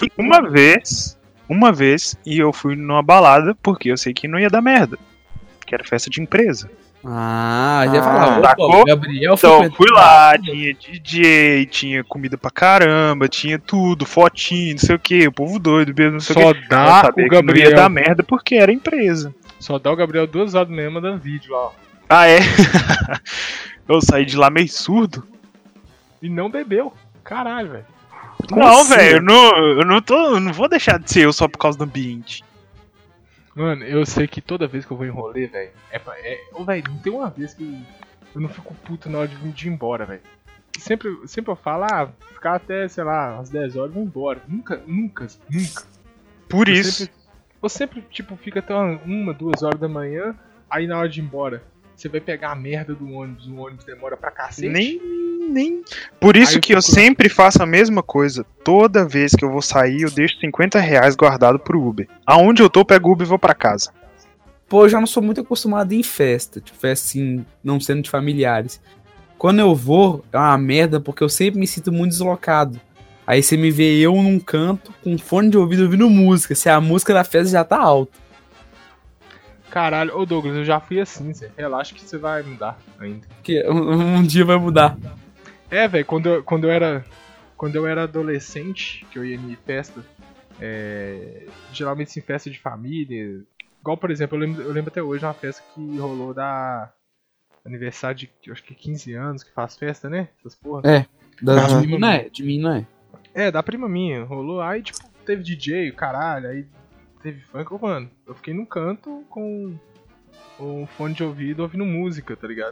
Uma vez, e eu fui numa balada, porque eu sei que não ia dar merda. Que era festa de empresa. Já falava. sacou? Gabriel Então, frequenta- fui lá, tinha DJ, tinha comida pra caramba, tinha tudo, fotinho, não sei o que, o povo doido, mesmo, não sei o Só que. dá sabia o que não ia Gabriel. dar merda porque era empresa. Só dá o Gabriel 2 horas da manhã mandando vídeo lá, ó. Ah, é? Eu saí de lá meio surdo. E não bebeu. Caralho, velho. Não, assim, velho, eu não vou deixar de ser eu só por causa do ambiente. Mano, eu sei que toda vez que eu vou em rolê, velho, velho, não tem uma vez que eu não fico puto na hora de ir embora, velho. Sempre eu falo, ficar até, sei lá, às 10 horas e vou embora. Nunca. Por Eu isso. Eu sempre, tipo, fica até 1, 2 horas da manhã, aí na hora de ir embora, você vai pegar a merda do ônibus, o ônibus demora pra cacete. nem. Por isso Aí eu que eu fico- sempre faço a mesma coisa. Toda vez que eu vou sair, eu deixo R$50 guardado pro Uber. Aonde eu tô, eu pego o Uber e vou pra casa. Pô, eu já não sou muito acostumado em festa. Tipo, festa assim, não sendo de familiares. Quando eu vou, é uma merda, porque eu sempre me sinto muito deslocado. Aí você me vê eu num canto, com fone de ouvido ouvindo música. Se a música da festa já tá alta. Caralho, ô Douglas, eu já fui assim, Zé. Relaxa que você vai mudar ainda. Porque um dia vai mudar. É, velho, quando eu era adolescente, que eu ia em festa, geralmente em festa de família, igual, por exemplo, eu lembro até hoje uma festa que rolou da aniversário de, eu acho que 15 anos, que faz festa, né? Essas porra. De mim não é, de mim não é. É, da prima minha, rolou, aí tipo, teve DJ, caralho, aí teve funk, mano, eu fiquei num canto com um fone de ouvido ouvindo música, tá ligado?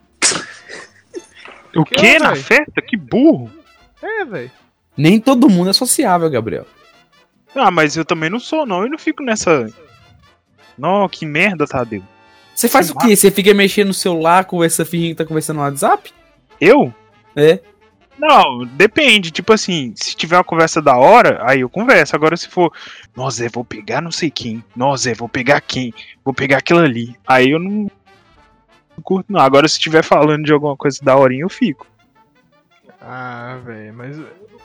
O Que quê? é, Na véi? festa? Que burro. É, velho. Nem todo mundo é sociável, Gabriel. Ah, mas eu também não sou, não. Eu não fico nessa. Não, que merda, Tadeu. Você faz o quê? Você fica mexendo no celular, fingindo que tá conversando no WhatsApp? Eu? É. Não, depende. Tipo assim, se tiver uma conversa da hora, aí eu converso. Agora se for, nossa, Zé, vou pegar não sei quem. Nossa, Zé, vou pegar quem? Vou pegar aquilo ali. Aí eu não curto, não. Agora se estiver falando de alguma coisa da horinha, eu fico. Ah, velho, mas.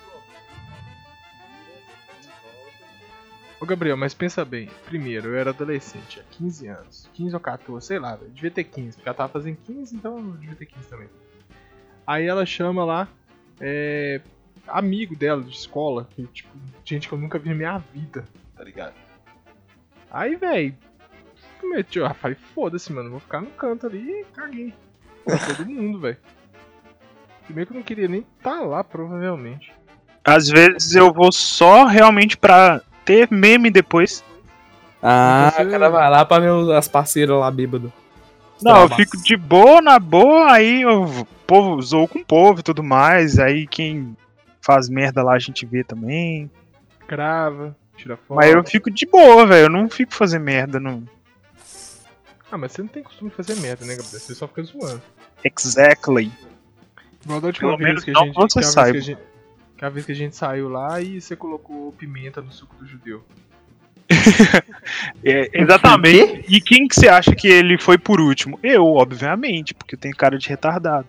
Ô Gabriel, mas pensa bem. Primeiro, eu era adolescente, tinha 15 anos. 15 ou 14, sei lá, velho. Devia ter 15, porque ela tava fazendo 15, então eu devia ter 15 também. Aí ela chama lá, amigo dela de escola, que, tipo, gente que eu nunca vi na minha vida, tá ligado? Aí, velho, eu falei, foda-se, mano, vou ficar no canto ali e caguei. Pra todo mundo, velho. Primeiro que eu não queria nem estar lá, provavelmente. Às vezes eu vou só realmente pra ter meme depois. Ah, Você- o cara vai lá pra ver as parceiras lá bêbado. Não, eu fico de boa, na boa, aí o povo zoou com o povo e tudo mais. Aí quem faz merda lá a gente vê também. Grava, tira foto. Mas eu fico de boa, velho. Eu não fico fazendo merda, não. Ah, mas você não tem costume de fazer merda, né, Gabriel? Você só fica zoando. Exactly. Igual da última Pelo vez menos que a não gente. que você saiba. Que a vez que a gente saiu lá e você colocou pimenta no suco do judeu. Exatamente. E quem que você acha que ele foi por último? Eu, obviamente, porque eu tenho cara de retardado.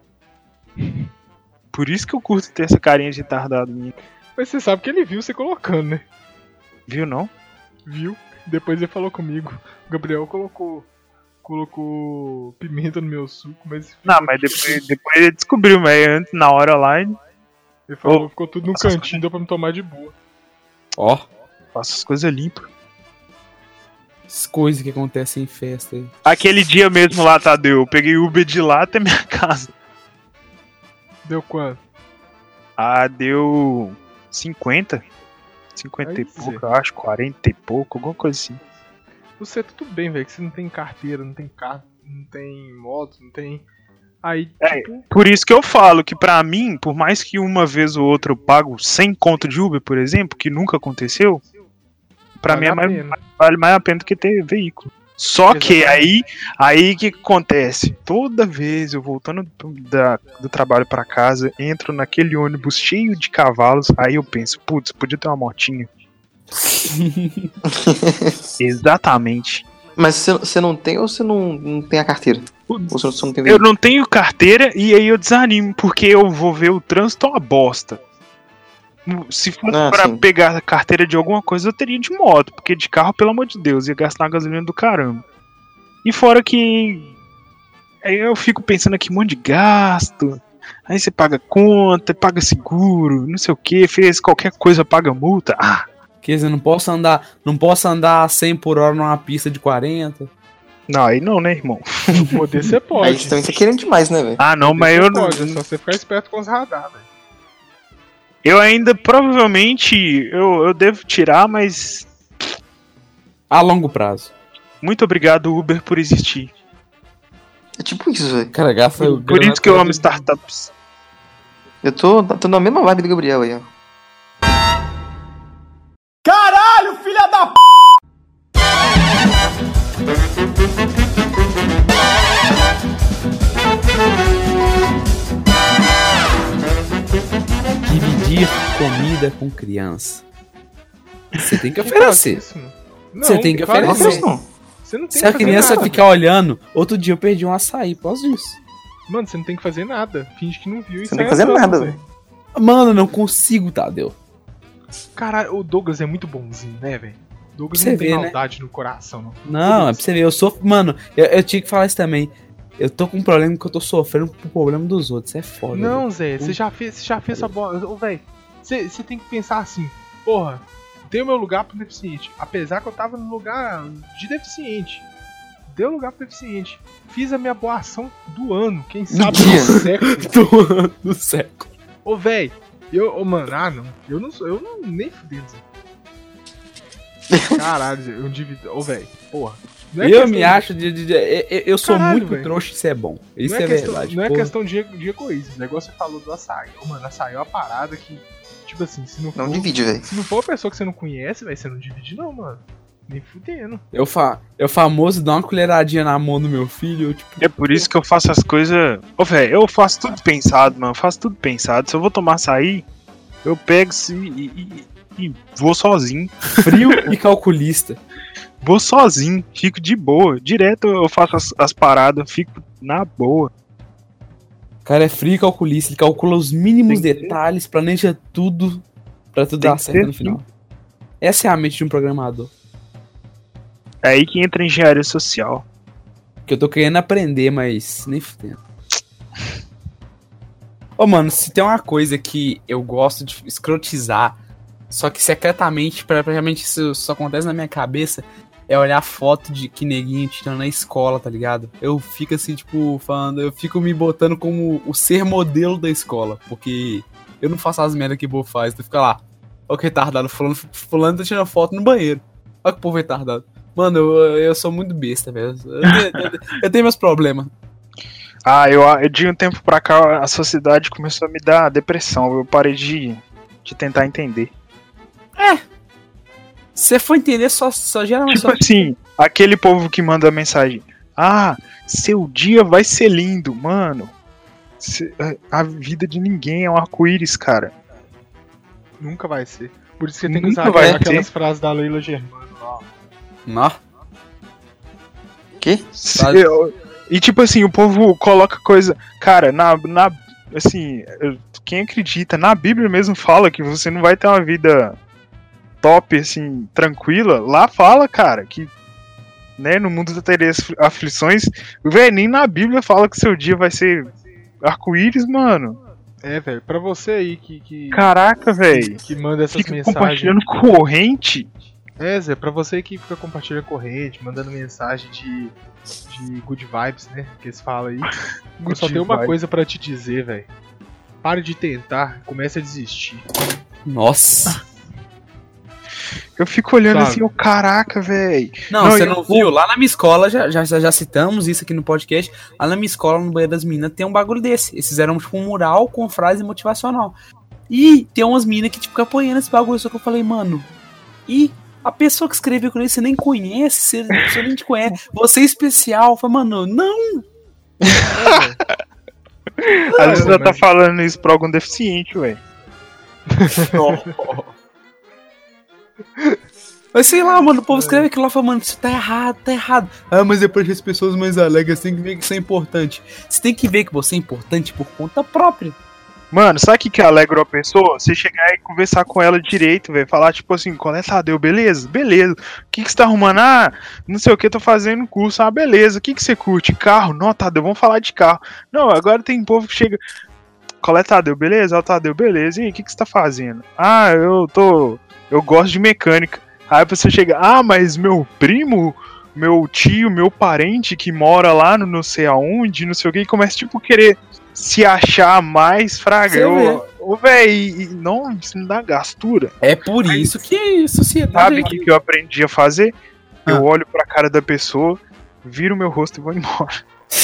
Por isso que eu curto ter essa carinha de retardado minha. Mas você sabe que ele viu você colocando, né? Viu, não? Viu? Depois ele falou comigo. O Gabriel colocou pimenta no meu suco, mas. Não, mas depois ele descobriu, mas antes, na hora lá, Ele falou, Ô, ficou tudo no essas cantinho, deu pra me tomar de boa. Ó, faço as coisas limpas. as coisas que acontecem em festa aí. Aquele dia mesmo lá, Tadeu, eu peguei Uber de lá até minha casa. Deu quanto? Ah, deu 50? 50 e Aí, pouco, Zé. eu acho, 40 e pouco, alguma coisa assim. Você é tudo bem, velho, que você não tem carteira, não tem carro, não tem moto, não tem. Aí, É. tipo, Por isso que eu falo que pra mim, por mais que uma vez ou outra eu pago 100 conto de Uber, por exemplo, que nunca aconteceu, pra mim vale a pena. vale mais a pena do que ter veículo. Só que Exatamente. aí que acontece? Toda vez eu voltando do trabalho pra casa, entro naquele ônibus cheio de cavalos, aí eu penso, putz, podia ter uma motinha. Exatamente. Mas você não tem ou você não tem a carteira? Ou você não tem Eu veículo? não tenho carteira e aí eu desanimo, porque eu vou ver o trânsito uma bosta. Se fosse Ah, pra sim. pegar a carteira de alguma coisa, eu teria de moto, porque de carro, pelo amor de Deus, ia gastar uma gasolina do caramba. E fora que aí eu fico pensando aqui, um monte de gasto. Aí você paga conta, paga seguro, não sei o que, fez qualquer coisa, paga multa. Ah, Quer dizer, não posso andar a 100 por hora numa pista de 40. não, aí não, né, irmão? poder você Aí pode. você também tá querendo demais, né, velho? Ah, não, Poder mas você eu não. pode, é só você ficar esperto com os radar, velho. Eu ainda, provavelmente, eu devo tirar, mas A longo prazo. muito obrigado, Uber, por existir. É tipo isso, velho. Cara, gasta Por isso que eu amo startups. Eu tô na mesma vibe do Gabriel aí, ó. Caralho, filha da p. comida com criança, você tem que oferecer. Não, Você tem que claro Não, oferecer. não. Você não tem Se a que fazer criança nada. ficar olhando, outro dia eu perdi um açaí por causa disso. Mano, você não tem que fazer nada. Finge que não viu e Você não sai tem que fazer andando, nada, velho. velho. Mano, eu não consigo, Tadeu. Caralho, o Douglas é muito bonzinho, né, velho? Douglas Você não tem vê, né? maldade no coração, não. Não, é pra você ver, eu sou. Mano, eu tinha que falar isso também. Eu tô com um problema que eu tô sofrendo pro problema dos outros. Isso é foda. Não, velho. Zé, você já fez essa bola. Ô, velho, você tem que pensar assim, porra, dei o meu lugar pro deficiente. Apesar que eu tava no lugar de deficiente. Dei o lugar pro deficiente. Fiz a minha boa ação do ano. Quem sabe dia. do século. Do ano do século. Ô, velho, mano, não. Eu não nem fudendo, Zé. Caralho, Zé, eu divido. Ô, velho, porra. Não é Eu questão me de- acho eu sou Caralho, muito velho. trouxa, isso é bom. Isso não é, questão, verdade. não é porra. questão de egoísmo. O negócio que você falou do açaí. Ô, mano, açaí é uma parada que, tipo assim, se não for, Não divide, velho. se não for uma pessoa que você não conhece, velho, você não divide não, mano. Nem fudendo. Eu famoso dar uma colheradinha na mão do meu filho, eu, tipo, É por isso que eu faço as coisas. Ô, velho, eu faço tudo pensado, mano. Eu faço tudo pensado. Se eu vou tomar açaí, eu pego e vou sozinho. frio e calculista. Vou sozinho, fico de boa. Direto eu faço as paradas, fico na boa. O cara é frio e calculista, ele calcula os mínimos Tem que ser. detalhes, planeja tudo pra tudo Tem dar que certo ser, no final. Essa é a mente de um programador. É aí que entra a engenharia social. Que eu tô querendo aprender, mas nem fudendo. Ô, mano, se tem uma coisa que eu gosto de escrotizar, só que secretamente, praticamente isso só acontece na minha cabeça, é olhar foto de que neguinho tirando na escola, tá ligado? Eu fico assim, tipo, falando, eu fico me botando como o ser modelo da escola, porque eu não faço as merdas que o povo faz, tu fica lá, ó que retardado, fulano tá tirando foto no banheiro, ó que povo retardado. Mano, eu sou muito besta, velho. Eu tenho meus problemas. Ah, eu de um tempo pra cá a sociedade começou a me dar depressão. Eu parei de tentar entender. Se você for entender, só gera mais Tipo assim, aquele povo que manda mensagem. Ah, seu dia vai ser lindo, mano. A vida de ninguém é um arco-íris, cara. Nunca vai ser. Por isso que você tem que Nunca usar vai aquelas frases da Leila Germano lá. Nó. Que? E tipo assim, o povo coloca coisa. Cara, assim, quem acredita, na Bíblia mesmo fala que você não vai ter uma vida top, assim, tranquila. Lá fala, cara, que né, no mundo teria aflições. Velho, nem na Bíblia fala que seu dia vai ser arco-íris, mano. É, velho, pra você aí que Caraca, velho. que manda essas Fica mensagens. compartilhando corrente. É, Zé, pra você que fica compartilhando corrente, mandando mensagem de good vibes, né? Que eles falam aí. Eu só tenho uma vibes. coisa pra te dizer, velho. Pare de tentar, comece a desistir. Nossa. Eu fico olhando Sabe? assim, caraca, velho. Não, Não, você eu não vou- viu? Lá na minha escola, já citamos isso aqui no podcast. Lá na minha escola, no banheiro das meninas, tem um bagulho desse. Eles fizeram tipo um mural com frase motivacional. E tem umas meninas que tipo, ficam apoiando esse bagulho. Só que eu falei, mano, e a pessoa que escreveu com isso você nem conhece, a pessoa nem te conhece. Você é especial. Eu falei, mano, não. Às vezes ela tá mas- falando isso pra algum deficiente, velho. Mas sei lá, mano, o povo escreve aquilo lá e fala, mano, isso tá errado, tá errado. Ah, mas depois as pessoas mais alegres, você tem que ver que isso é importante. Você tem que ver que você é importante por conta própria. Mano, sabe o que alegra a pessoa? Você chegar e conversar com ela direito, velho. Falar tipo assim, qual é, Tadeu? Beleza? Beleza. O que você tá arrumando? Ah, não sei o que, tô fazendo curso. Ah, beleza. O que você curte? Carro? Não, Tadeu, vamos falar de carro. Não, agora tem povo que chega. Qual é, Tadeu? Beleza? Ó, Tadeu, beleza. E aí, o que você tá fazendo? Ah, eu gosto de mecânica. Aí a pessoa chega, ah, mas meu primo, meu tio, meu parente que mora lá no não sei aonde, não sei o que, e começa tipo querer se achar mais, fraga. Você vê. Ô, véi, não, isso me dá gastura. É por isso que a sociedade... Sabe o que eu aprendi a fazer? Eu Ah. olho pra cara da pessoa, viro meu rosto e vou embora.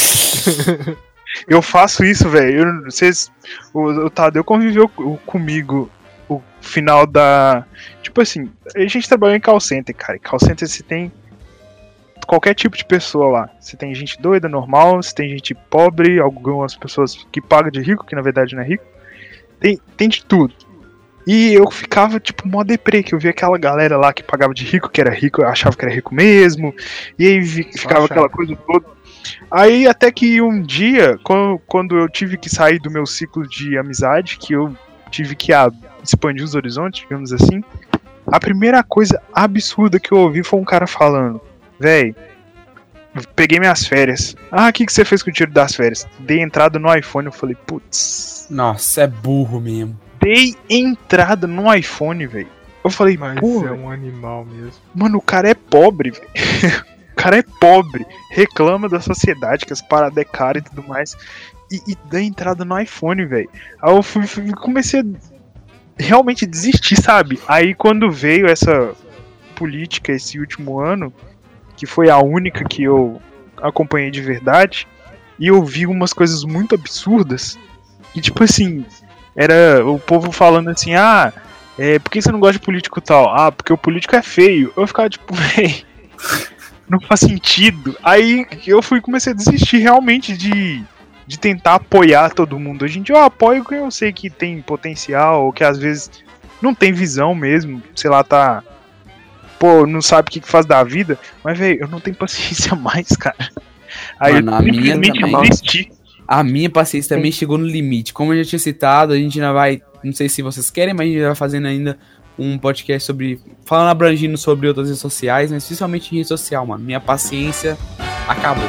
Eu faço isso, velho. O Tadeu conviveu comigo o final da... Tipo assim, a gente trabalhou em call center, cara. Em call center você tem qualquer tipo de pessoa lá. Você tem gente doida, normal, você tem gente pobre, algumas pessoas que pagam de rico, que na verdade não é rico. Tem de tudo. E eu ficava, tipo, mó deprê, que eu via aquela galera lá que pagava de rico, que era rico, eu achava que era rico mesmo. E aí ficava aquela coisa toda. Aí até que um dia, quando eu tive que sair do meu ciclo de amizade, que eu tive que expandir os horizontes, digamos assim, a primeira coisa absurda que eu ouvi foi um cara falando: véi, peguei minhas férias. O que você fez com o dinheiro das férias? Dei entrada no iPhone. Eu falei, putz. Nossa, é burro mesmo. Dei entrada no iPhone, velho. Eu falei, Mas pô, é um animal mesmo. mano, o cara é pobre, velho. O cara é pobre. Reclama da sociedade, que as paradas é caras e tudo mais. E dá entrada no iPhone, velho. Aí eu comecei a realmente desistir, sabe? Aí quando veio essa política esse último ano, que foi a única que eu acompanhei de verdade, e eu vi umas coisas muito absurdas, e tipo assim, era o povo falando assim, por que você não gosta de político tal? Porque o político é feio. Eu ficava tipo, véi, não faz sentido. Aí eu comecei a desistir realmente de tentar apoiar todo mundo. Hoje em dia eu apoio quem eu sei que tem potencial, ou que às vezes não tem visão mesmo, sei lá, não sabe o que faz da vida, mas, velho, eu não tenho paciência mais, cara. Aí Mano, eu simplesmente desisti. A minha paciência também chegou no limite. Como eu já tinha citado, a gente ainda vai, não sei se vocês querem, mas a gente vai fazendo ainda um podcast falando abrangindo sobre outras redes sociais, mas principalmente em rede social, mano. Minha paciência acabou.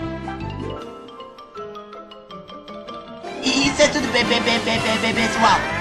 Isso é tudo bem, pessoal.